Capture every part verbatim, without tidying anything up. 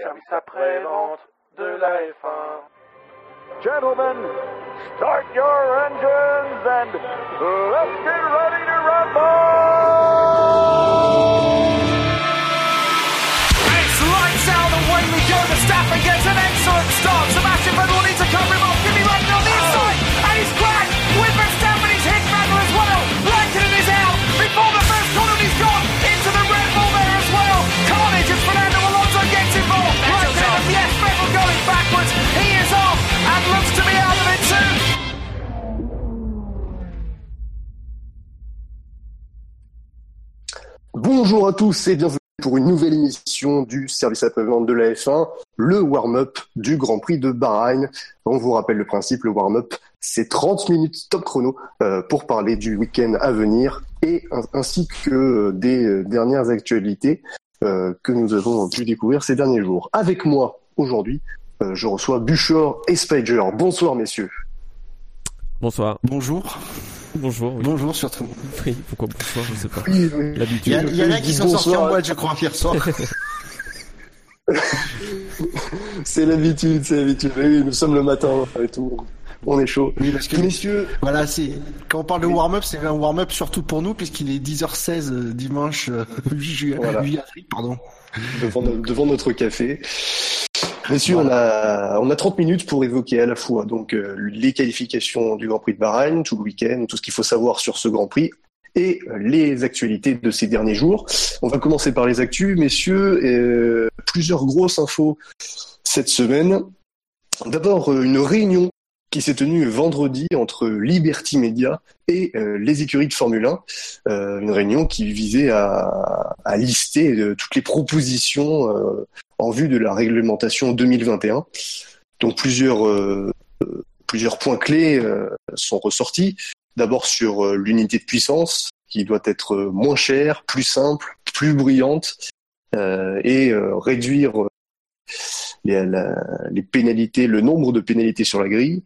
service après-vente de la F un. Gentlemen, start your engines and let's get ready to rumble! And it's lights out, away we go. Verstappen gets an excellent start. Sebastian Vettel needs to cover him off. Kimi Raikkonen on the inside, and he's cracked with Verstappen. He's hit Vettel as well. Raikkonen is out before the first corner. He's gone into the Red Bull there as well. Carnage as Fernando Alonso gets involved. Raikkonen, yes, Vettel going backwards. He is off and looks to be out of it too. Bonjour à tous et bienvenue pour une nouvelle émission du service après-vente de la F un, le warm-up du Grand Prix de Bahreïn. On vous rappelle le principe, le warm-up, c'est trente minutes top chrono euh, pour parler du week-end à venir et ainsi que des dernières actualités euh, que nous avons pu découvrir ces derniers jours. Avec moi aujourd'hui, euh, je reçois Buchor et Spider. Bonsoir messieurs. Bonsoir. Bonjour. Bonjour. Oui. Bonjour surtout. Oui, pourquoi bonsoir, je sais pas. Oui, oui. L'habitude. Il y, a, il y en a qui sont sortis en boîte, je crois, hier soir. c'est l'habitude, c'est l'habitude. Oui, nous sommes le matin et tout. On est chaud. Oui, parce que messieurs, voilà, c'est quand on parle de warm-up, c'est un warm-up surtout pour nous puisqu'il est dix heures seize dimanche huit juillet, voilà. huit avril, pardon. Devant, devant notre café. Messieurs, voilà. on a on a trente minutes pour évoquer à la fois donc euh, les qualifications du Grand Prix de Bahreïn, tout le week-end, tout ce qu'il faut savoir sur ce Grand Prix et euh, les actualités de ces derniers jours. On va commencer par les actus, messieurs. Euh, plusieurs grosses infos cette semaine. D'abord, euh, une réunion qui s'est tenue vendredi entre Liberty Media et euh, les écuries de Formule un. Euh, une réunion qui visait à, à lister euh, toutes les propositions euh, en vue de la réglementation deux mille vingt et un. Donc plusieurs, euh, plusieurs points clés euh, sont ressortis. D'abord sur euh, l'unité de puissance, qui doit être euh, moins chère, plus simple, plus bruyante, euh, et euh, réduire euh, les, la, les pénalités, le nombre de pénalités sur la grille.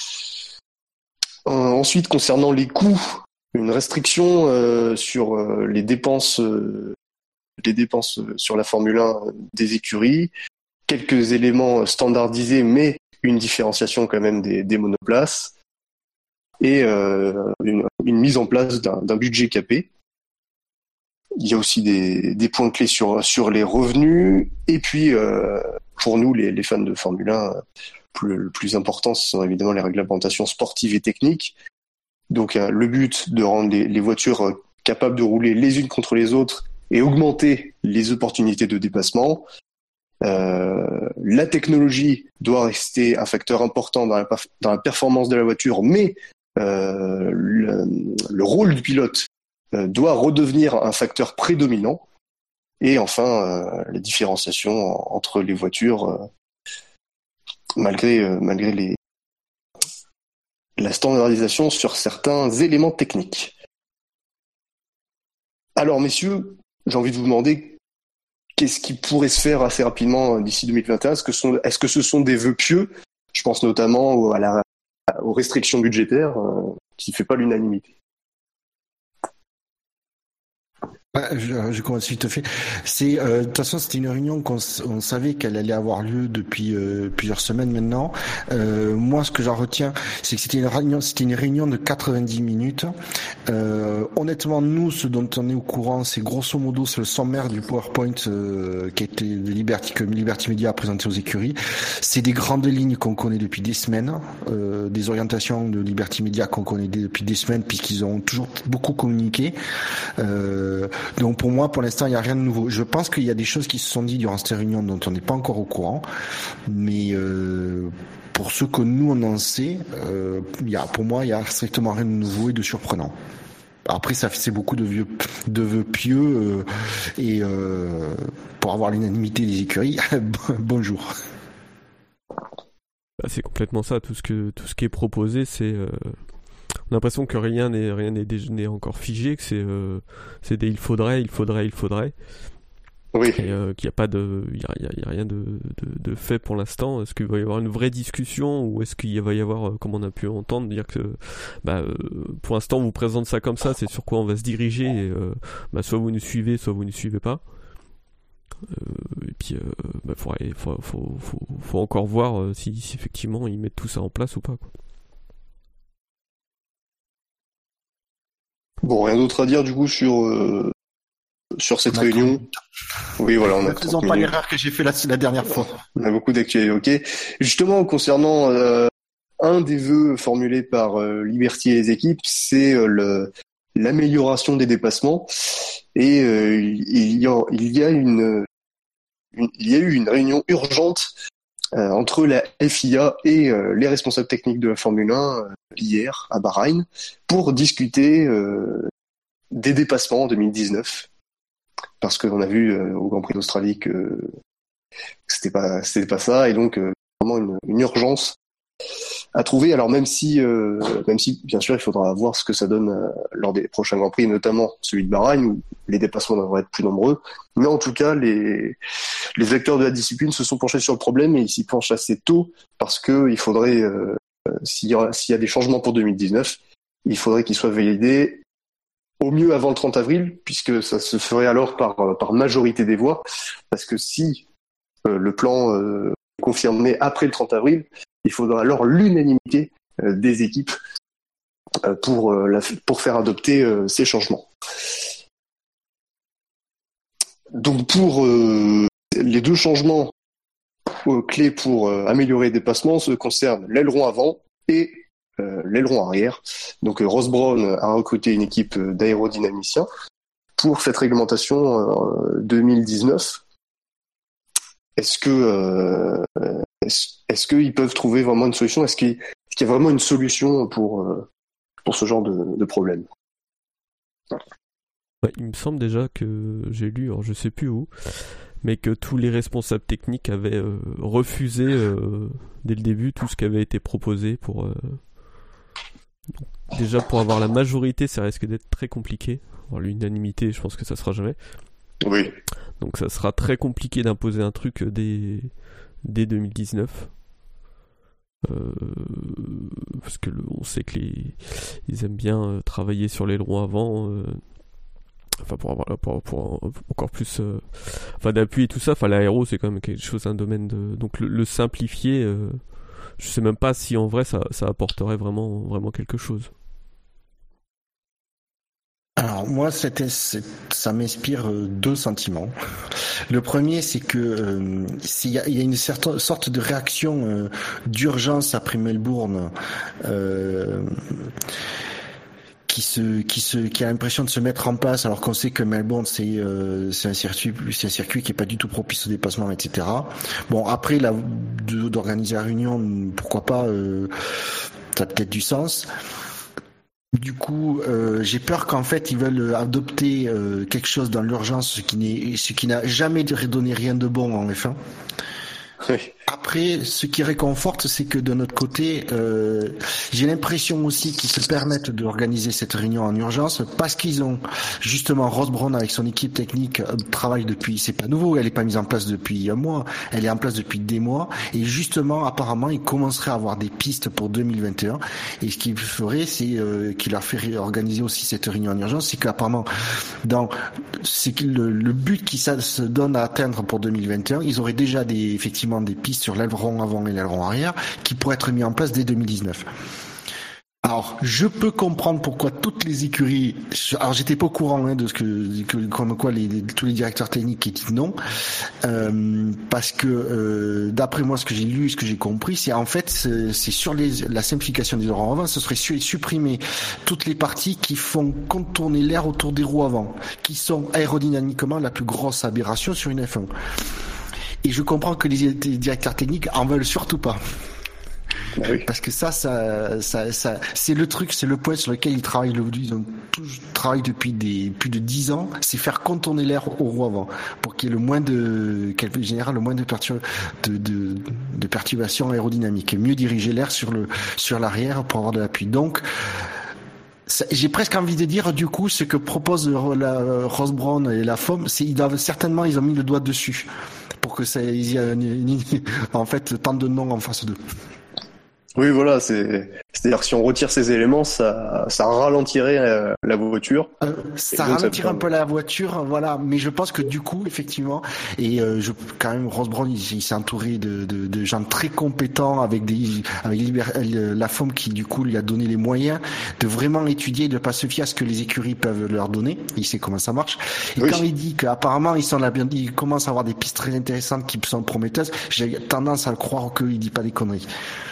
Euh, ensuite, concernant les coûts, une restriction euh, sur euh, les dépenses euh, les dépenses sur la Formule un des écuries, quelques éléments standardisés, mais une différenciation quand même des, des monoplaces, et euh, une, une mise en place d'un, d'un budget capé. Il y a aussi des, des points clés sur, sur les revenus, et puis euh, pour nous, les, les fans de Formule un, plus, le plus important, ce sont évidemment les réglementations sportives et techniques. Donc euh, le but de rendre les, les voitures capables de rouler les unes contre les autres et augmenter les opportunités de dépassement. Euh, la technologie doit rester un facteur important dans la, dans la performance de la voiture, mais euh, le, le rôle du pilote euh, doit redevenir un facteur prédominant. Et enfin, euh, la différenciation entre les voitures, euh, malgré, euh, malgré les, la standardisation sur certains éléments techniques. Alors messieurs, j'ai envie de vous demander qu'est-ce qui pourrait se faire assez rapidement d'ici deux mille vingt et un. Est-ce que, sont, est-ce que ce sont des vœux pieux ? Je pense notamment à la, aux restrictions budgétaires euh, qui ne fait pas l'unanimité. Je, je commence vite fait. C'est euh, de toute façon c'était une réunion qu'on on savait qu'elle allait avoir lieu depuis euh, plusieurs semaines maintenant. Euh, moi ce que j'en retiens c'est que c'était une réunion c'était une réunion de quatre-vingt-dix minutes. Euh, honnêtement nous ce dont on est au courant c'est grosso modo c'est le sommaire du PowerPoint euh, qui a été de Liberty que Liberty Media a présenté aux écuries. C'est des grandes lignes qu'on connaît depuis des semaines, euh, des orientations de Liberty Media qu'on connaît depuis des semaines puisqu'ils ont toujours beaucoup communiqué. Euh, Donc pour moi, pour l'instant, il n'y a rien de nouveau. Je pense qu'il y a des choses qui se sont dites durant cette réunion dont on n'est pas encore au courant. Mais euh, pour ce que nous, on en sait, euh, il y a, pour moi, il n'y a strictement rien de nouveau et de surprenant. Après, ça c'est beaucoup de vieux, de vœux pieux euh, et euh, pour avoir l'unanimité des écuries, bonjour. Bah, c'est complètement ça. Tout ce que tout ce qui est proposé, c'est euh... on a l'impression que rien n'est rien n'est, n'est encore figé, que c'est euh, c'est des il faudrait, il faudrait, il faudrait. Oui. Et euh, qu'il n'y a pas de, il y a, y a, y a rien de, de, de fait pour l'instant. Est-ce qu'il va y avoir une vraie discussion ou est-ce qu'il va y avoir, comme on a pu entendre, dire que, bah, euh, pour l'instant on vous présente ça comme ça, c'est sur quoi on va se diriger. Et, euh, bah, soit vous nous suivez, soit vous ne suivez pas. Euh, et puis, euh, bah, faudrait, faut, faut, faut, faut encore voir euh, si, si effectivement ils mettent tout ça en place ou pas, quoi. Bon, rien d'autre à dire du coup sur euh, sur cette On a réunion. Oui, voilà, on a Ne faisons trente pas minutes. l'erreur que j'ai fait la, la dernière fois. On a beaucoup d'actualités évoquées. Justement, concernant euh, un des vœux formulés par euh, Liberty et les équipes, c'est euh, le, l'amélioration des dépassements. Et euh, il, y a, il, y a une, une, il y a eu une réunion urgente euh, entre la F I A et euh, les responsables techniques de la Formule un euh, hier à Bahreïn pour discuter euh, des dépassements en deux mille dix-neuf. Parce qu'on a vu euh, au Grand Prix d'Australie que, que c'était pas c'était pas ça, et donc euh, vraiment une, une urgence à trouver. Alors même si euh, même si bien sûr il faudra voir ce que ça donne euh, lors des prochains Grands Prix, notamment celui de Bahreïn où les dépassements devraient être plus nombreux, mais en tout cas les les acteurs de la discipline se sont penchés sur le problème et ils s'y penchent assez tôt parce que il faudrait euh, s'il y a s'il y a des changements pour deux mille dix-neuf, il faudrait qu'ils soient validés au mieux avant le trente avril, puisque ça se ferait alors par, par majorité des voix, parce que si euh, le plan euh, est confirmé après le trente avril, il faudra alors l'unanimité euh, des équipes euh, pour, euh, la, pour faire adopter euh, ces changements. Donc pour euh, les deux changements euh, clés pour euh, améliorer les dépassements se concernent l'aileron avant et Euh, l'aileron arrière. Donc euh, Ross Brown a recruté une équipe euh, d'aérodynamiciens pour cette réglementation euh, deux mille dix-neuf. Est-ce que euh, est-ce, est-ce qu'ils peuvent trouver vraiment une solution? Est-ce qu'il, est-ce qu'il y a vraiment une solution pour euh, pour ce genre de, de problème? Ouais, il me semble déjà que j'ai lu, alors je sais plus où, mais que tous les responsables techniques avaient euh, refusé euh, dès le début tout ce qui avait été proposé pour euh, déjà pour avoir la majorité, ça risque d'être très compliqué. Alors, l'unanimité, je pense que ça sera jamais. Oui. Donc ça sera très compliqué d'imposer un truc dès, dès deux mille dix-neuf. Euh, parce que le, on sait que les ils aiment bien euh, travailler sur l'aileron avant. Euh, enfin pour avoir pour, pour, pour encore plus euh, enfin d'appui et tout ça. Enfin l'aéro c'est quand même quelque chose, un domaine de, donc le, le simplifier. Euh, Je sais même pas si en vrai ça, ça apporterait vraiment, vraiment quelque chose. Alors moi, c'était, c'est, ça m'inspire deux sentiments. Le premier, c'est que euh, s'il y a, il y a une certaine sorte de réaction euh, d'urgence après Melbourne. Euh, qui se qui se qui a l'impression de se mettre en place alors qu'on sait que Melbourne c'est euh, c'est un circuit c'est un circuit qui est pas du tout propice au dépassement, et cetera. Bon, après là de, d'organiser la réunion, pourquoi pas, euh, ça a peut-être du sens. Du coup, euh, j'ai peur qu'en fait ils veulent adopter euh, quelque chose dans l'urgence, ce qui n'est ce qui n'a jamais donné rien de bon en F un. Oui. Après, ce qui réconforte, c'est que de notre côté, euh, j'ai l'impression aussi qu'ils se permettent d'organiser cette réunion en urgence parce qu'ils ont justement Ross Brown avec son équipe technique euh, travaille depuis, c'est pas nouveau, elle est pas mise en place depuis un mois, elle est en place depuis des mois, et justement apparemment ils commenceraient à avoir des pistes pour deux mille vingt et un, et ce qu'ils feraient, c'est euh, qu'ils leur fait organiser aussi cette réunion en urgence, c'est qu'apparemment dans c'est que le, le but qui se donne à atteindre pour deux mille vingt et un, ils auraient déjà des effectivement des pistes sur l'aileron avant et l'aileron arrière qui pourraient être mis en place dès deux mille dix-neuf. Alors, je peux comprendre pourquoi toutes les écuries. Alors, j'étais pas au courant hein, de ce que, que comme quoi les, les, tous les directeurs techniques qui disent non, euh, parce que euh, d'après moi, ce que j'ai lu, ce que j'ai compris, c'est en fait c'est, c'est sur les, la simplification des ailerons avant, ce serait su, supprimer toutes les parties qui font contourner l'air autour des roues avant, qui sont aérodynamiquement la plus grosse aberration sur une F un. Et je comprends que les directeurs techniques en veulent surtout pas. Bah oui. Parce que ça, ça, ça, ça, c'est le truc, c'est le point sur lequel ils travaillent, ils ont tous travaillé depuis des, plus de dix ans, c'est faire contourner l'air au roue avant, pour qu'il y ait le moins de, qu'elle génère le moins de, pertur- de, de, de perturbations aérodynamiques, et mieux diriger l'air sur le, sur l'arrière pour avoir de l'appui. Donc, ça, j'ai presque envie de dire, du coup, ce que propose la Ross Brown et la F O M, c'est, ils doivent, certainement, ils ont mis le doigt dessus, pour que ça, il y ait, en fait, tant de noms en face d'eux. Oui, voilà, c'est, c'est-à-dire que si on retire ces éléments, ça, ça ralentirait euh, la voiture. Euh, ça ralentirait un peu la voiture, voilà. Mais je pense que du coup, effectivement, et euh, je, quand même, Ross Brawn, il, il s'est entouré de, de, de gens très compétents avec des, avec Liber- la F O M qui du coup lui a donné les moyens de vraiment étudier, de pas se fier à ce que les écuries peuvent leur donner. Il sait comment ça marche. Et oui. Quand il dit qu'apparemment ils sont là bien, il commence à avoir des pistes très intéressantes qui sont prometteuses, j'ai tendance à le croire qu'il dit pas des conneries.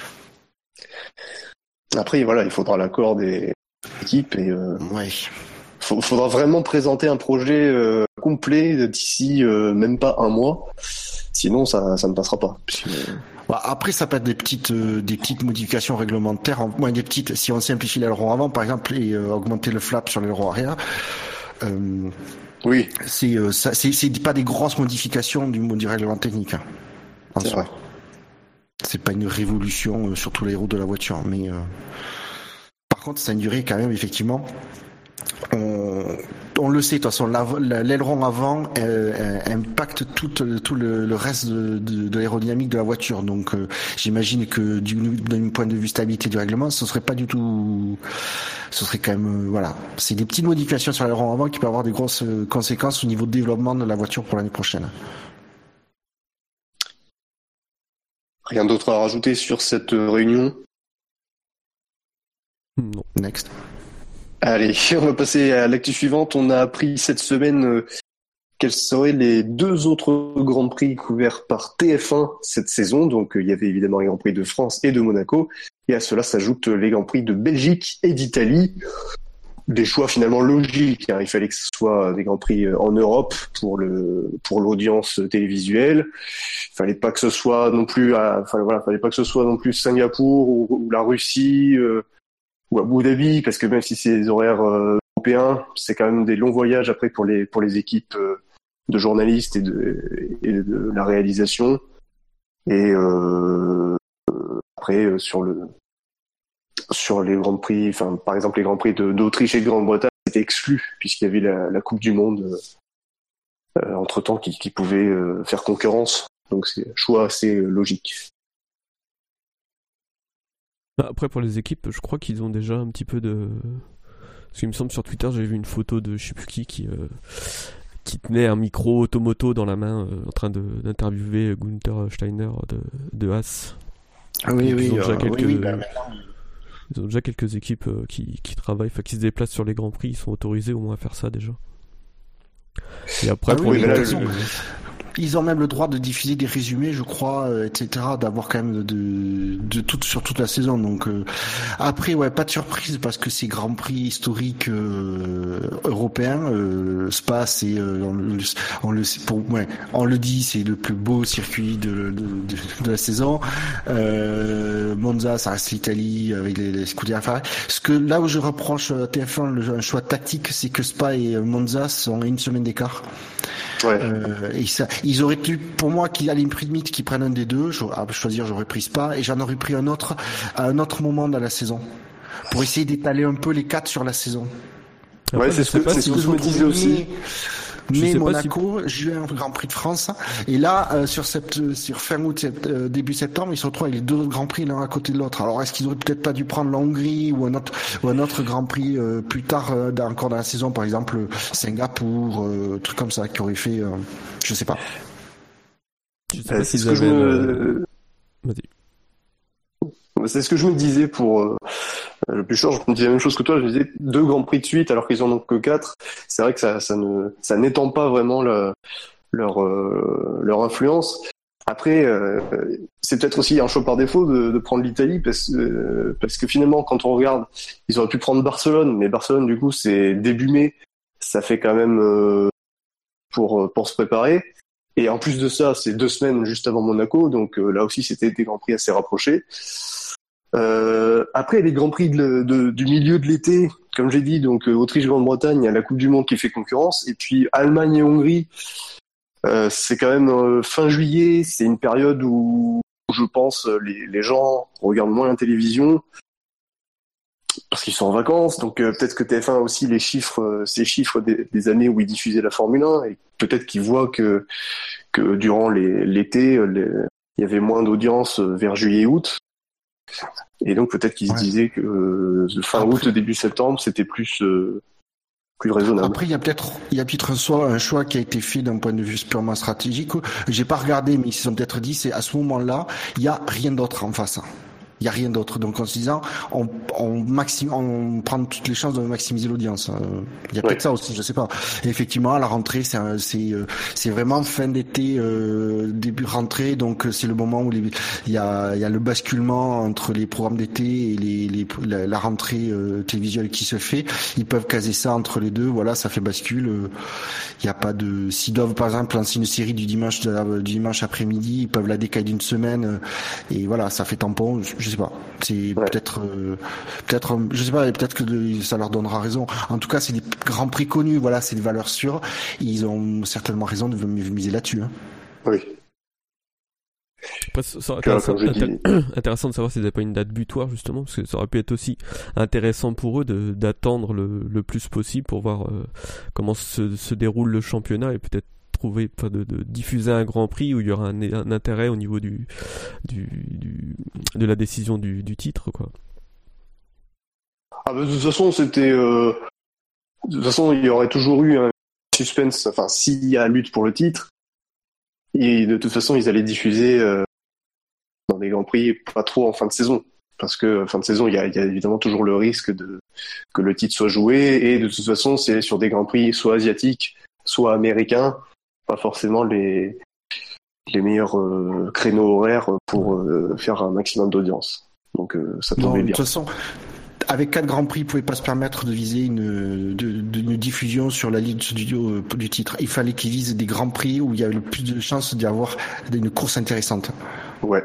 Après, voilà, il faudra l'accord des équipes et euh, ouais. faut, faudra vraiment présenter un projet euh, complet d'ici euh, même pas un mois. Sinon, ça, ça ne passera pas. Puis, euh... bah, après, ça peut être des petites, euh, des petites modifications réglementaires, en moins des petites. Si on simplifie l'aileron avant, par exemple, et euh, augmenter le flap sur l'aileron arrière. Euh, oui. C'est, euh, ça, c'est, c'est pas des grosses modifications du, du règlement technique. Hein, en c'est soi. vrai. C'est pas une révolution euh, sur tous les roues de la voiture, mais euh... par contre, ça induirait quand même effectivement. On, on le sait, de toute façon, la, la, l'aileron avant euh, impacte tout, tout le, le reste de, de, de l'aérodynamique de la voiture. Donc, euh, j'imagine que du, d'un point de vue stabilité du règlement, ce serait pas du tout. Ce serait quand même, euh, voilà, c'est des petites modifications sur l'aileron avant qui peuvent avoir des grosses conséquences au niveau de développement de la voiture pour l'année prochaine. Rien d'autre à rajouter sur cette réunion? Non. Next. Allez, on va passer à l'actu suivante. On a appris cette semaine euh, quels seraient les deux autres Grands Prix couverts par T F un cette saison. Donc, euh, il y avait évidemment les Grands Prix de France et de Monaco. Et à cela s'ajoutent les Grands Prix de Belgique et d'Italie. Des choix finalement logiques. Hein. Il fallait que ce soit des Grands Prix en Europe pour le pour l'audience télévisuelle. Il fallait pas que ce soit non plus, à, enfin voilà, fallait pas que ce soit non plus Singapour ou, ou la Russie euh, ou Abu Dhabi, parce que même si c'est des horaires euh, européens, c'est quand même des longs voyages après pour les pour les équipes euh, de journalistes et de et de la réalisation. Et euh, après euh, sur le sur les Grands Prix, enfin par exemple les Grands Prix de, d'Autriche et de Grande-Bretagne, c'était exclu puisqu'il y avait la, la Coupe du Monde euh, entre temps qui, qui pouvait euh, faire concurrence. Donc c'est un choix assez logique. Après pour les équipes, je crois qu'ils ont déjà un petit peu de. Parce qu'il me semble sur Twitter, j'avais vu une photo de je sais plus qui qui, euh, qui tenait un micro automoto dans la main euh, en train de, d'interviewer Günther Steiner de, de Haas. Ah oui, oui, ils ont déjà euh, quelques. oui, oui, bah, Ils ont déjà quelques équipes euh, qui, qui travaillent, enfin qui se déplacent sur les Grands Prix, ils sont autorisés au moins à faire ça déjà. Et après, ah pour oui, les mais là, autres, le... Ils ont même le droit de diffuser des résumés, je crois, euh, et cetera, d'avoir quand même de, de tout sur toute la saison. Donc euh, après, ouais, pas de surprise parce que ces grands prix historiques euh, européens, euh, Spa, c'est euh, on, le, on le pour, ouais, on le dit, c'est le plus beau circuit de, de, de, de la saison. Euh, Monza, ça reste l'Italie avec les, les Scuderia Ferrari. Ce que là où je reproche à T F un le, un choix tactique, c'est que Spa et Monza sont à une semaine d'écart. Ouais. Euh, et ça, ils auraient dû, pour moi, qu'il y a limite limite qu'ils prennent un des deux. À choisir, j'aurais pris Spa et j'en aurais pris un autre à un autre moment dans la saison pour essayer d'étaler un peu les quatre sur la saison. Ouais, c'est ce que, c'est ce que je me disais aussi. Mais Monaco, si... j'ai eu un Grand Prix de France, et là, euh, sur cette, sur fin août, sept, euh, début septembre, ils se retrouvent avec les deux Grands Prix l'un à côté de l'autre. Alors, est-ce qu'ils auraient peut-être pas dû prendre la Hongrie ou un autre, ou un autre Grand Prix euh, plus tard, euh, dans, encore dans la saison, par exemple Singapour, euh, truc comme ça, qui aurait fait, euh, je sais pas. Je sais pas euh, si c'est ce que je me... Vas-y. C'est ce que je me disais pour euh, le plus short, je me disais la même chose que toi, je me disais deux Grands Prix de suite alors qu'ils en ont que quatre. C'est vrai que ça, ça ne, ça n'étend pas vraiment la, leur, euh, leur influence. Après, euh, c'est peut-être aussi un choix par défaut de, de prendre l'Italie parce, euh, parce que finalement, quand on regarde, ils auraient pu prendre Barcelone, mais Barcelone, du coup, c'est début mai, ça fait quand même euh, pour, pour se préparer. Et en plus de ça, c'est deux semaines juste avant Monaco, donc euh, là aussi, c'était des Grands Prix assez rapprochés. Euh, après, les Grands Prix de, de, du milieu de l'été, comme j'ai dit, donc euh, Autriche, Grande-Bretagne, il y a la Coupe du Monde qui fait concurrence, et puis Allemagne et Hongrie, euh, c'est quand même euh, fin juillet, c'est une période où, où je pense les, les gens regardent moins la télévision parce qu'ils sont en vacances, donc euh, peut-être que T F un a aussi les chiffres, euh, ces chiffres des, des années où ils diffusaient la Formule un, et peut-être qu'ils voient que que durant les, l'été, les, il y avait moins d'audience vers juillet-août. Et donc peut-être qu'ils Ouais. se disaient que euh, fin Après- août, début septembre, c'était plus euh, plus raisonnable. Après, il y a peut-être, il y a peut-être un choix, un choix qui a été fait d'un point de vue purement stratégique. J'ai pas regardé, mais ils se sont peut-être dit, c'est à ce moment-là, il y a rien d'autre en face. Il y a rien d'autre. Donc en se disant, on, on maxime, on prend toutes les chances de maximiser l'audience. Euh, Il y a peut-être Ouais. ça aussi, je sais pas. Et effectivement, à la rentrée, c'est un- c'est euh, c'est vraiment fin d'été, euh, début rentrée, donc euh, c'est le moment où les, il y a il y a le basculement entre les programmes d'été et les, les la, la rentrée euh, télévisuelle qui se fait. Ils peuvent caser ça entre les deux. Voilà, ça fait bascule. Euh, Il y a pas de, s'ils doivent par exemple lancer une série du dimanche de la- du dimanche après-midi, ils peuvent la décaler d'une semaine. euh, Et voilà, ça fait tampon. Je, je sais pas. C'est Ouais. peut-être, euh, peut-être, euh, je sais pas. Peut-être que de- ça leur donnera raison. En tout cas, c'est des grands prix connus. Voilà, c'est des valeurs sûres. Et ils ont certainement raison de miser là-dessus. Hein. Oui. Après, ça ça aurait été Comme intéressant, je dis- intér- intéressant de savoir s'ils n'avaient pas une date butoir justement, parce que ça aurait pu être aussi intéressant pour eux de, d'attendre le, le plus possible pour voir euh, comment se, se déroule le championnat et peut-être trouver, enfin, de, de diffuser un Grand Prix où il y aura un, un intérêt au niveau du, du, du de la décision du, du titre, quoi. Ah bah, de toute façon, c'était. Euh... De toute façon, il y aurait toujours eu un suspense. Enfin, s'il y a lutte pour le titre, et de toute façon, ils allaient diffuser euh, dans les grands prix pas trop en fin de saison, parce que fin de saison, il y a, il y a évidemment toujours le risque de que le titre soit joué, et de toute façon, c'est sur des grands prix soit asiatiques, soit américains, pas forcément les les meilleurs euh, créneaux horaires pour euh, faire un maximum d'audience. Donc euh, ça Non, tombait de bien. toute façon, avec quatre grands prix, ils pouvaient pas se permettre de viser une, de, de- une diffusion sur la ligne du, euh, du titre. Il fallait qu'ils visent des grands prix où il y avait le plus de chances d'y avoir une course intéressante. Ouais.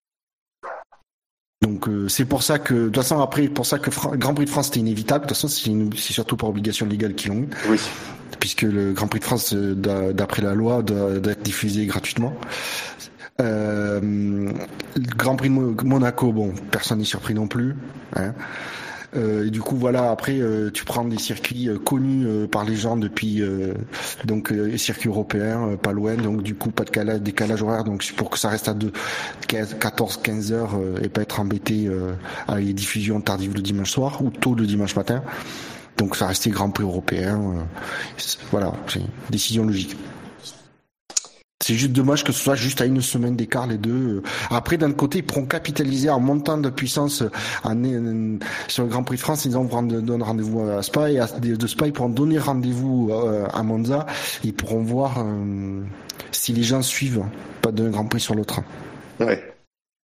Donc euh, c'est pour ça que, de toute façon, après, pour ça que Fra- Grand Prix de France c'était inévitable. De toute façon, c'est, une- c'est surtout par obligation légale qu'ils l'ont eu, Oui. puisque le Grand Prix de France, euh, d'a- d'après la loi, doit, doit être diffusé gratuitement. Euh, le Grand Prix de Mo- Monaco, bon, personne n'est surpris non plus. Hein. Euh, et du coup, voilà. Après, euh, tu prends des circuits euh, connus euh, par les gens depuis, euh, donc euh, circuits européens, euh, pas loin. Donc du coup, pas de cala- décalage horaire. Donc c'est pour que ça reste à deux, quatorze, quinze heures euh, et pas être embêté euh, à les diffusions tardives le dimanche soir ou tôt le dimanche matin. Donc ça restait Grand Prix européen. Euh, c'est- voilà, c'est une décision logique. C'est juste dommage que ce soit juste à une semaine d'écart les deux. Après, d'un côté, ils pourront capitaliser en montant de puissance en, en, sur le Grand Prix de France. Ils vont donner rendez-vous à Spa et à, de Spa, ils pourront donner rendez-vous euh, à Monza. Ils pourront voir euh, si les gens suivent, pas d'un Grand Prix sur l'autre. Ouais.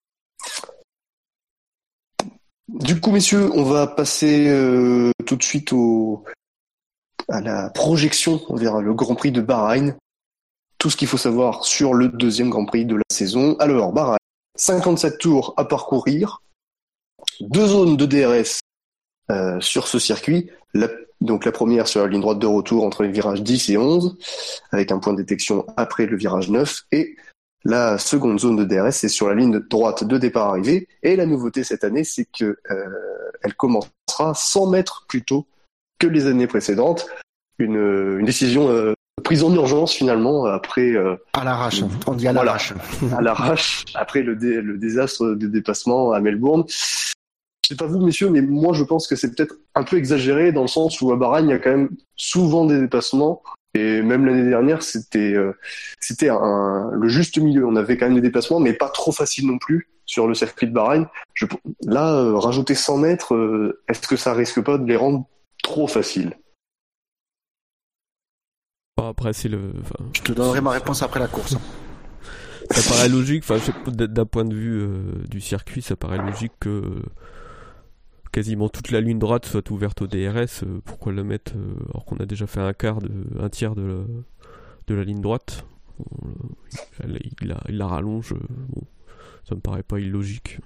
Du coup, messieurs, on va passer euh, tout de suite au à la projection vers le Grand Prix de Bahreïn. Tout ce qu'il faut savoir sur le deuxième Grand Prix de la saison. Alors, Bahreïn, cinquante-sept tours à parcourir, deux zones de D R S euh, sur ce circuit. La, donc la première sur la ligne droite de retour entre les virages dix et onze, avec un point de détection après le virage neuf. Et la seconde zone de D R S, c'est sur la ligne droite de départ-arrivée. Et la nouveauté cette année, c'est que euh, elle commencera cent mètres plus tôt que les années précédentes. Une, une décision euh, prise en urgence finalement après euh, à l'arrache, on dit à voilà, l'arrache. à l'arrache après le, dé, le désastre de dépassement à Melbourne. Je sais pas vous messieurs, mais moi je pense que c'est peut-être un peu exagéré dans le sens où à Bahreïn il y a quand même souvent des dépassements et même l'année dernière c'était euh, c'était un, le juste milieu. On avait quand même des dépassements, mais pas trop faciles non plus sur le circuit de Bahreïn. Je, là euh, rajouter cent mètres, euh, est-ce que ça risque pas de les rendre trop faciles? Après, c'est le. Enfin, je te donnerai ma réponse après la course. Ça paraît logique. Enfin, d'un point de vue euh, du circuit, ça paraît logique que quasiment toute la ligne droite soit ouverte au D R S. Euh, pourquoi le mettre euh, alors qu'on a déjà fait un quart de, un tiers de la, de la ligne droite. On, il, il, la, il la rallonge. Euh, bon, ça me paraît pas illogique.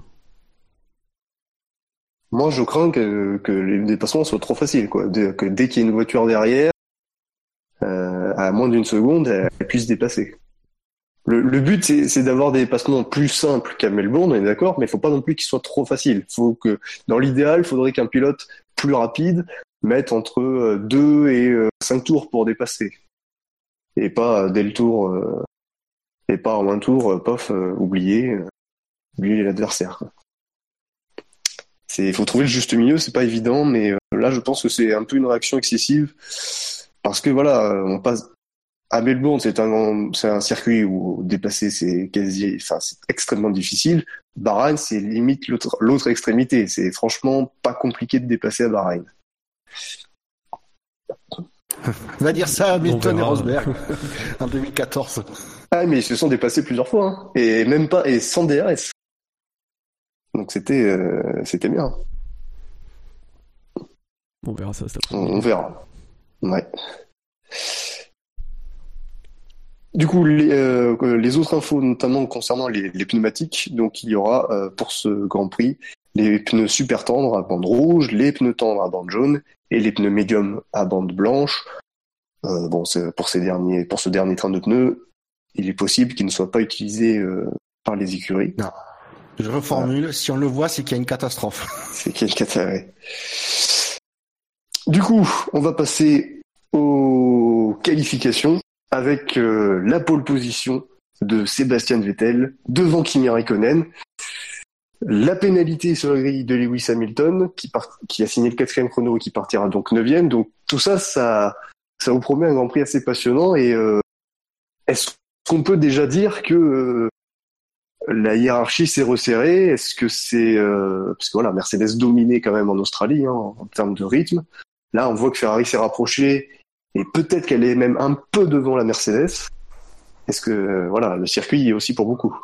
Moi, je crains que, que les dépassements soient trop faciles, quoi. De, que dès qu'il y a une voiture derrière, euh, à moins d'une seconde, elle, elle puisse dépasser. Le, le but, c'est, c'est d'avoir des dépassements plus simples qu'à Melbourne, on est d'accord, mais il faut pas non plus qu'ils soient trop faciles. Faut que, dans l'idéal, il faudrait qu'un pilote plus rapide mette entre deux et cinq tours pour dépasser. Et pas dès le tour, euh, et pas en un tour, pof, euh, oublier, euh, oublier l'adversaire, quoi. c'est, il faut trouver le juste milieu, c'est pas évident, mais euh, là, je pense que c'est un peu une réaction excessive parce que voilà, on passe à Melbourne, c'est un, c'est un circuit où dépasser c'est quasi, enfin, c'est extrêmement difficile. Bahreïn, c'est limite l'autre, l'autre extrémité. C'est franchement pas compliqué de dépasser à Bahreïn. On va dire ça à Hamilton et Rosberg en deux mille quatorze. Ah, mais ils se sont dépassés plusieurs fois, hein. Et même pas, et sans D R S. Donc c'était, euh, c'était bien. On verra ça cet On, après-midi. on verra. Ouais. Du coup, les, euh, les autres infos, notamment concernant les, les pneumatiques, donc il y aura euh, pour ce Grand Prix les pneus super tendres à bande rouge, les pneus tendres à bande jaune et les pneus médium à bande blanche. Euh, bon, c'est, pour ces derniers, pour ce dernier train de pneus, il est possible qu'il ne soit pas utilisé euh, par les écuries. Non. Je reformule, voilà. Si on le voit, c'est qu'il y a une catastrophe. C'est qu'il y a une catastrophe. Du coup, on va passer aux qualifications avec euh, la pole position de Sébastien Vettel devant Kimi Räikkönen. La pénalité sur la grille de Lewis Hamilton qui, part, qui a signé le quatrième chrono et qui partira donc neuvième. Donc tout ça, ça, ça vous promet un Grand Prix assez passionnant. Et euh, est-ce qu'on peut déjà dire que euh, la hiérarchie s'est resserrée? Est-ce que c'est euh, parce que voilà, Mercedes dominait quand même en Australie hein, en termes de rythme. Là, on voit que Ferrari s'est rapproché et peut-être qu'elle est même un peu devant la Mercedes. Est-ce que euh, voilà, le circuit y est aussi pour beaucoup?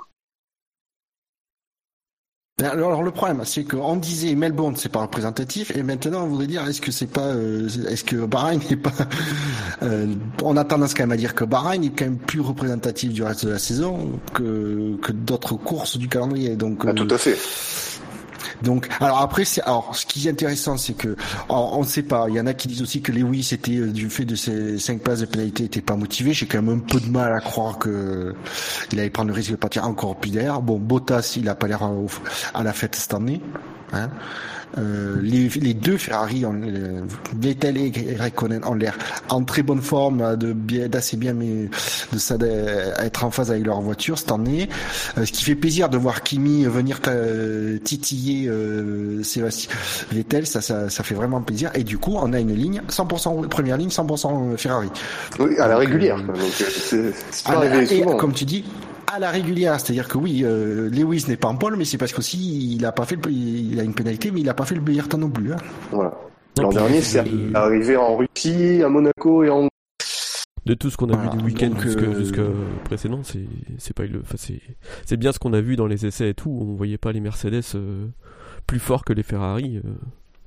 Alors le problème, c'est qu'on disait Melbourne c'est pas représentatif, et maintenant on voudrait dire est-ce que c'est pas, euh, est-ce que Bahreïn n'est pas, euh, on a tendance quand même à dire que Bahreïn est quand même plus représentatif du reste de la saison que que d'autres courses du calendrier. Donc ah, euh, tout à fait. Donc, alors après, c'est, alors, ce qui est intéressant, c'est que, alors, on ne sait pas. Il y en a qui disent aussi que Lewis était, euh, du fait de ses cinq places de pénalité, était pas motivé. J'ai quand même un peu de mal à croire que il allait prendre le risque de partir encore plus derrière. Bon, Bottas, il a pas l'air à, à la fête cette année, hein. Euh, les, les deux Ferrari, euh, Vettel et Räikkönen ont l'air en très bonne forme, de bien, d'assez bien, mais de ça, être en phase avec leur voiture cette année. Euh, ce qui fait plaisir de voir Kimi venir euh, titiller euh, Sébastien Vettel, ça, ça, ça fait vraiment plaisir. Et du coup, on a une ligne cent pour cent première ligne, cent pour cent Ferrari. Oui, à la donc, régulière. Euh, donc, c'est, c'est pas à arrivé la, souvent. Et, comme tu dis. À la régulière, c'est-à-dire que oui, euh, Lewis n'est pas en pole, mais c'est parce qu'aussi il a pas fait, le, il a une pénalité, mais il a pas fait le meilleur temps non plus. Hein. Voilà. L'an dernier, c'est euh... arrivé en Russie, à Monaco et en. De tout ce qu'on a voilà, vu du week-end jusqu'à, euh... jusqu'à précédent, c'est c'est pas le, enfin c'est c'est bien ce qu'on a vu dans les essais et tout. On voyait pas les Mercedes euh, plus forts que les Ferrari. Euh...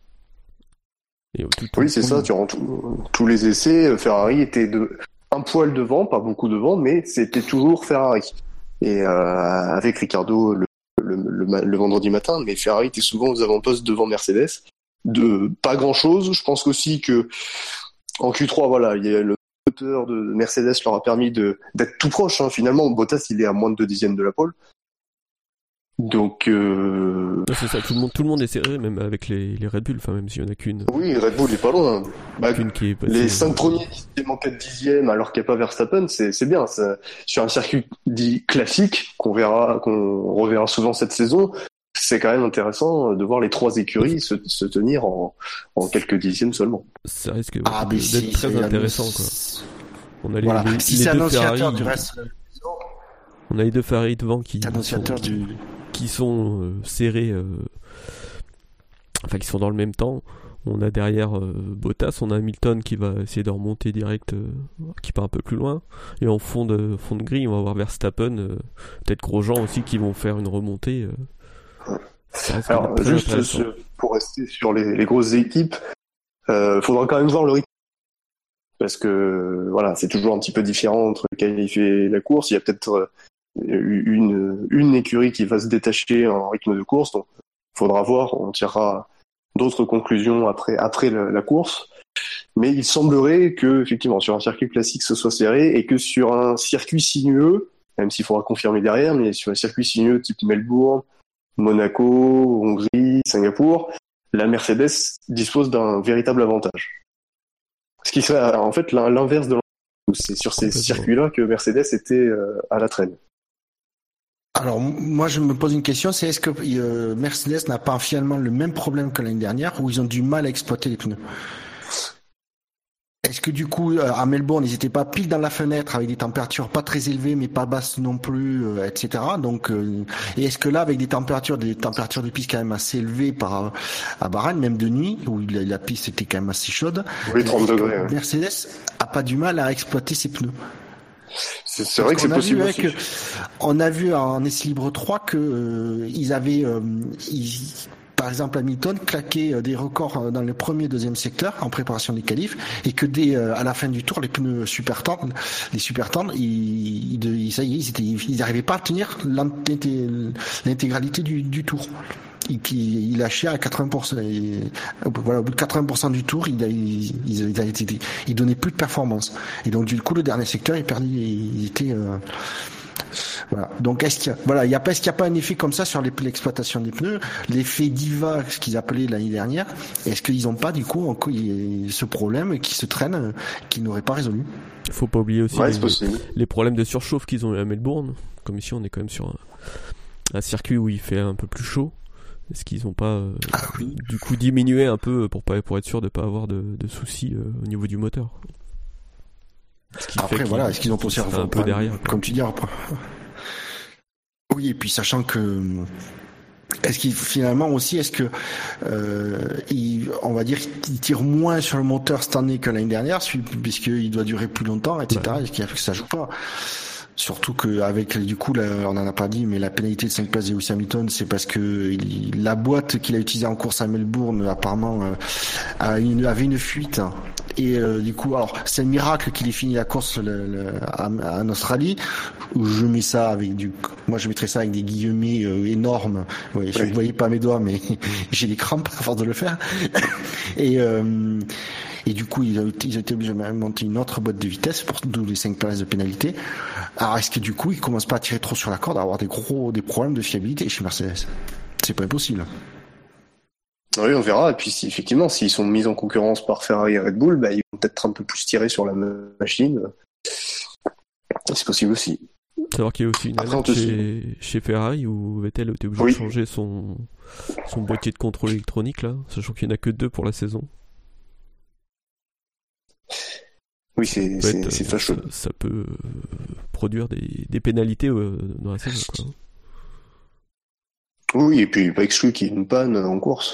Et tout, tout oui, c'est ça. Durant tout, tous les essais, Ferrari était de un poil devant, pas beaucoup devant, mais c'était toujours Ferrari. Et euh, avec Ricardo le, le, le, le vendredi matin, mais Ferrari était souvent aux avant-postes devant Mercedes. De pas grand-chose. Je pense aussi que en Q trois, voilà, il y a le moteur de Mercedes leur a permis de d'être tout proche. Hein, finalement, Bottas il est à moins de deux dixièmes de la pole. Donc euh... c'est ça, tout le monde, tout le monde est serré, même avec les, les Red Bull, enfin même s'il y en a qu'une. Oui, Red Bull est pas loin. Bah, qu'une qui est passée, les cinq premiers qui manquent de dixième alors qu'il n'y a pas Verstappen, c'est c'est bien. Ça, sur un circuit dit classique qu'on verra, qu'on reverra souvent cette saison, c'est quand même intéressant de voir les trois écuries se, se tenir en, en quelques dixièmes seulement. Ça risque ah, d'être si, très intéressant, le... quoi. On a les, voilà. les, si les c'est deux annonciateur Ferrari, du reste. On a les deux Ferrari devant qui annonciateur sont, du qui sont euh, serrés, euh, enfin qui sont dans le même temps. On a derrière euh, Bottas, on a Hamilton qui va essayer de remonter direct, euh, qui part un peu plus loin. Et en fond de fond de grille, on va avoir Verstappen, euh, peut-être Grosjean aussi qui vont faire une remontée. Euh, Alors juste ce, pour rester sur les, les grosses équipes, euh, faudra quand même voir le rythme. Parce que voilà, c'est toujours un petit peu différent entre le qualif et la course. Il y a peut-être euh, une, une écurie qui va se détacher en rythme de course, donc il faudra voir, on tirera d'autres conclusions après, après la, la course, mais il semblerait que effectivement sur un circuit classique ce soit serré et que sur un circuit sinueux, même s'il faudra confirmer derrière, mais sur un circuit sinueux type Melbourne, Monaco, Hongrie, Singapour, la Mercedes dispose d'un véritable avantage. Ce qui serait en fait l'inverse de l'an, c'est sur ces circuits-là que Mercedes était à la traîne. Alors moi je me pose une question, c'est est-ce que euh, Mercedes n'a pas finalement le même problème que l'année dernière où ils ont du mal à exploiter les pneus? Est-ce que du coup à Melbourne ils étaient pas pile dans la fenêtre avec des températures pas très élevées mais pas basses non plus, euh, et cetera. Donc euh, et est-ce que là avec des températures des températures de piste quand même assez élevées par à Bahreïn, même de nuit où la, la piste était quand même assez chaude, oui, trente degrés, ouais. Mercedes a pas du mal à exploiter ses pneus? C'est, c'est vrai que c'est possible aussi. Que, on a vu en essai libre trois que euh, ils avaient euh, ils, par exemple Hamilton claquait euh, des records dans le premier et deuxième secteur en préparation des qualifs et que dès euh, à la fin du tour les pneus super tendres les super tendres ils, ils, ça y est, ils étaient ils n'arrivaient pas à tenir l'intégralité du, du tour. Il, il lâchait à quatre-vingts pour cent. Et, voilà, au bout de quatre-vingts pour cent du tour, il, a, il, il, a été, il donnait plus de performance. Et donc du coup, le dernier secteur, il perdait, il était. Euh, voilà. Donc est-ce qu'il y a, voilà, il y a pas, est-ce qu'il n'y a pas un effet comme ça sur les, l'exploitation des pneus, l'effet diva, ce qu'ils appelaient l'année dernière. Est-ce qu'ils n'ont pas du coup encore ce problème qui se traîne, qu'ils n'auraient pas résolu? Il faut pas oublier aussi ouais, les, les problèmes de surchauffe qu'ils ont eu à Melbourne. Comme ici, on est quand même sur un, un circuit où il fait un peu plus chaud. Est-ce qu'ils n'ont pas euh, ah, oui. du coup diminué un peu pour pas pour être sûr de pas avoir de, de soucis euh, au niveau du moteur? Après voilà, est-ce qu'ils ont pensé un peu derrière, comme tu dis après. Oui, et puis sachant que est-ce qu'il finalement aussi est-ce que euh, il, on va dire qu'il tire moins sur le moteur cette année que l'année dernière puisqu'il doit durer plus longtemps, et cetera. Ouais. Est-ce qu'il a fait que ça joue pas? Surtout qu'avec, du coup, là, on n'en a pas dit, mais la pénalité de cinq places de Lewis Hamilton, c'est parce que il, la boîte qu'il a utilisée en course à Melbourne, apparemment, euh, a une, avait une fuite. Et euh, du coup, alors, c'est un miracle qu'il ait fini la course le, le, en Australie, où je mets ça avec du... Moi, je mettrais ça avec des guillemets euh, énormes. Ouais, oui. Je ne voyais pas mes doigts, mais j'ai des crampes à force de le faire. Et... Euh, Et du coup, ils ont été obligés de monter une autre boîte de vitesse pour d'où les cinq places de pénalité. Alors, est-ce que du coup, ils commencent pas à tirer trop sur la corde, à avoir des gros, des problèmes de fiabilité chez Mercedes? C'est pas impossible. Oui, on verra. Et puis, si, effectivement, s'ils sont mis en concurrence par Ferrari et Red Bull, bah, ils vont peut-être un peu plus tirer sur la machine. C'est possible aussi. Savoir qu'il y a aussi une alerte chez, chez Ferrari où Vettel a été obligé oui. de changer son, son boîtier de contrôle électronique, là, sachant qu'il n'y en a que deux pour la saison. Oui, c'est, c'est, être, c'est fâcheux. Ça, ça peut euh, produire des, des pénalités euh, dans la saison, quoi. Oui, et puis pas exclu qu'il y ait une panne en course.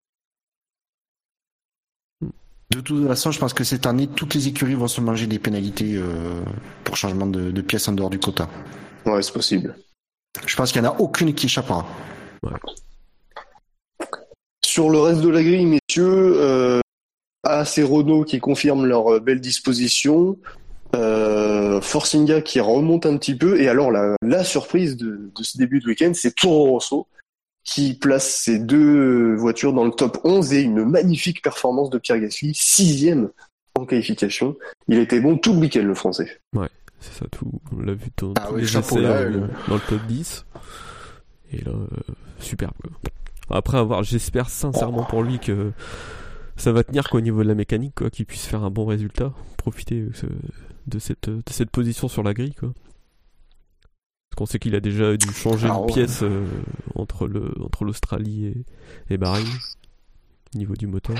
De toute façon, je pense que cette année, toutes les écuries vont se manger des pénalités euh, pour changement de, de pièces en dehors du quota. Ouais, c'est possible. Je pense qu'il n'y en a aucune qui échappera. Ouais. Sur le reste de la grille, messieurs... Euh... Ah, c'est Renault qui confirme leur belle disposition, euh, Force India qui remonte un petit peu, et alors la, la surprise de, de ce début de week-end, c'est Toro Rosso qui place ses deux voitures dans le top onze et une magnifique performance de Pierre Gasly, sixième en qualification. Il était bon tout le week-end, le français. Ouais, c'est ça, tout. On l'a vu dans ah tous oui, les chapeau essais là, euh, le... dans le top dix. Et là, euh, superbe. Après avoir, j'espère sincèrement pour lui que ça va tenir qu'au niveau de la mécanique, quoi, qu'il puisse faire un bon résultat, profiter de cette, de cette position sur la grille, quoi. Parce qu'on sait qu'il a déjà dû changer ah, une ouais. pièce euh, entre, le, entre l'Australie et, et Bahreïn, au niveau du moteur.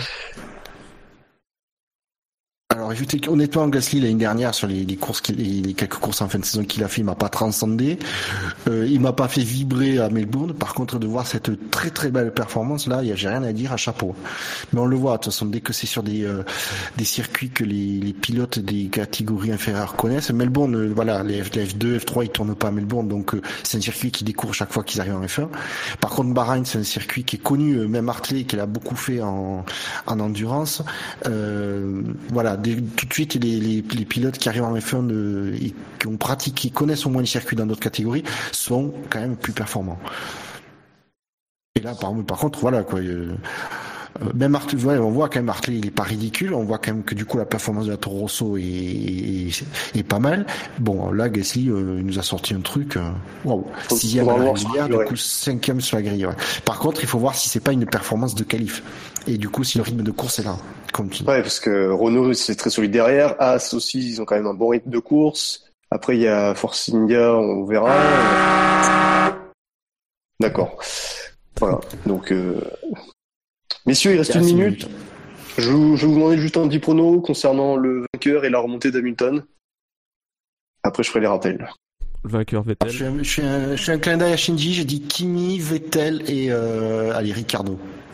Alors, honnêtement, Gasly l'année dernière sur les, les courses, les, les quelques courses en fin de saison qu'il a fait, il m'a pas transcendé. Euh, il m'a pas fait vibrer à Melbourne. Par contre, de voir cette très très belle performance là, y a, j'ai rien à dire, à chapeau. Mais on le voit, de toute façon, dès que c'est sur des euh, des circuits que les, les pilotes des catégories inférieures connaissent. Melbourne, euh, voilà, les, F, les F deux, F trois, ils tournent pas à Melbourne, donc euh, c'est un circuit qui découvre chaque fois qu'ils arrivent en F un. Par contre, Bahreïn, c'est un circuit qui est connu, euh, même Hartley, qu'il a beaucoup fait en en endurance. Euh, voilà. Des, tout de suite, les, les, les pilotes qui arrivent en F un, de, et qui ont pratiqué, qui connaissent au moins les circuits dans d'autres catégories, sont quand même plus performants. Et là, par, par contre, voilà quoi. Euh, même Hartley, ouais, on voit quand même Hartley, il est pas ridicule. On voit quand même que du coup la performance de la Toro Rosso est, est, est pas mal. Bon, là, Gasly euh, il nous a sorti un truc. Waouh, wow. Sixième à la régulière, du coup cinquième sur la grille. Ouais. Par contre, il faut voir si c'est pas une performance de qualif. Et du coup, si le rythme de course est là. Comme tu dis. Ouais, parce que Renault c'est très solide derrière. As aussi, ils ont quand même un bon rythme de course. Après, il y a Force India, on verra. D'accord. Voilà. Donc, euh... messieurs, il reste une minute. Je, vous- je vais vous demander juste un petit prono concernant le vainqueur et la remontée d'Hamilton. Après, je ferai les rappels. Le vainqueur Je Vettel. fais, un, je, fais un, je fais un clin d'œil à Shinji, j'ai dit Kimi, Vettel et euh, allez, Ricardo.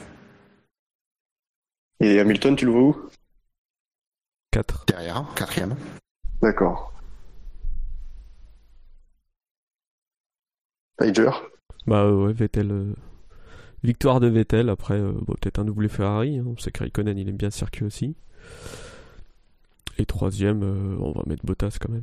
Et Hamilton, tu le vois où? quatre. Derrière, quatrième. D'accord. Tiger. Bah euh, ouais, Vettel. euh, Victoire de Vettel. Après, euh, bon, peut-être un doublé Ferrari. Hein. On sait que Raikkonen, il aime bien le circuit aussi. Et troisième, euh, on va mettre Bottas quand même.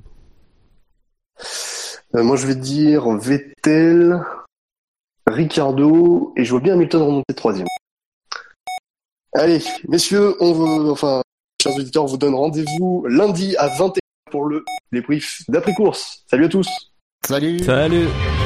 Euh, moi, je vais dire Vettel, Ricardo, et je vois bien Hamilton remonter troisième. Allez, messieurs, on vous, enfin, chers auditeurs, on vous donne rendez-vous lundi à vingt et une heures pour le débrief d'après-course. Salut à tous! Salut. Salut.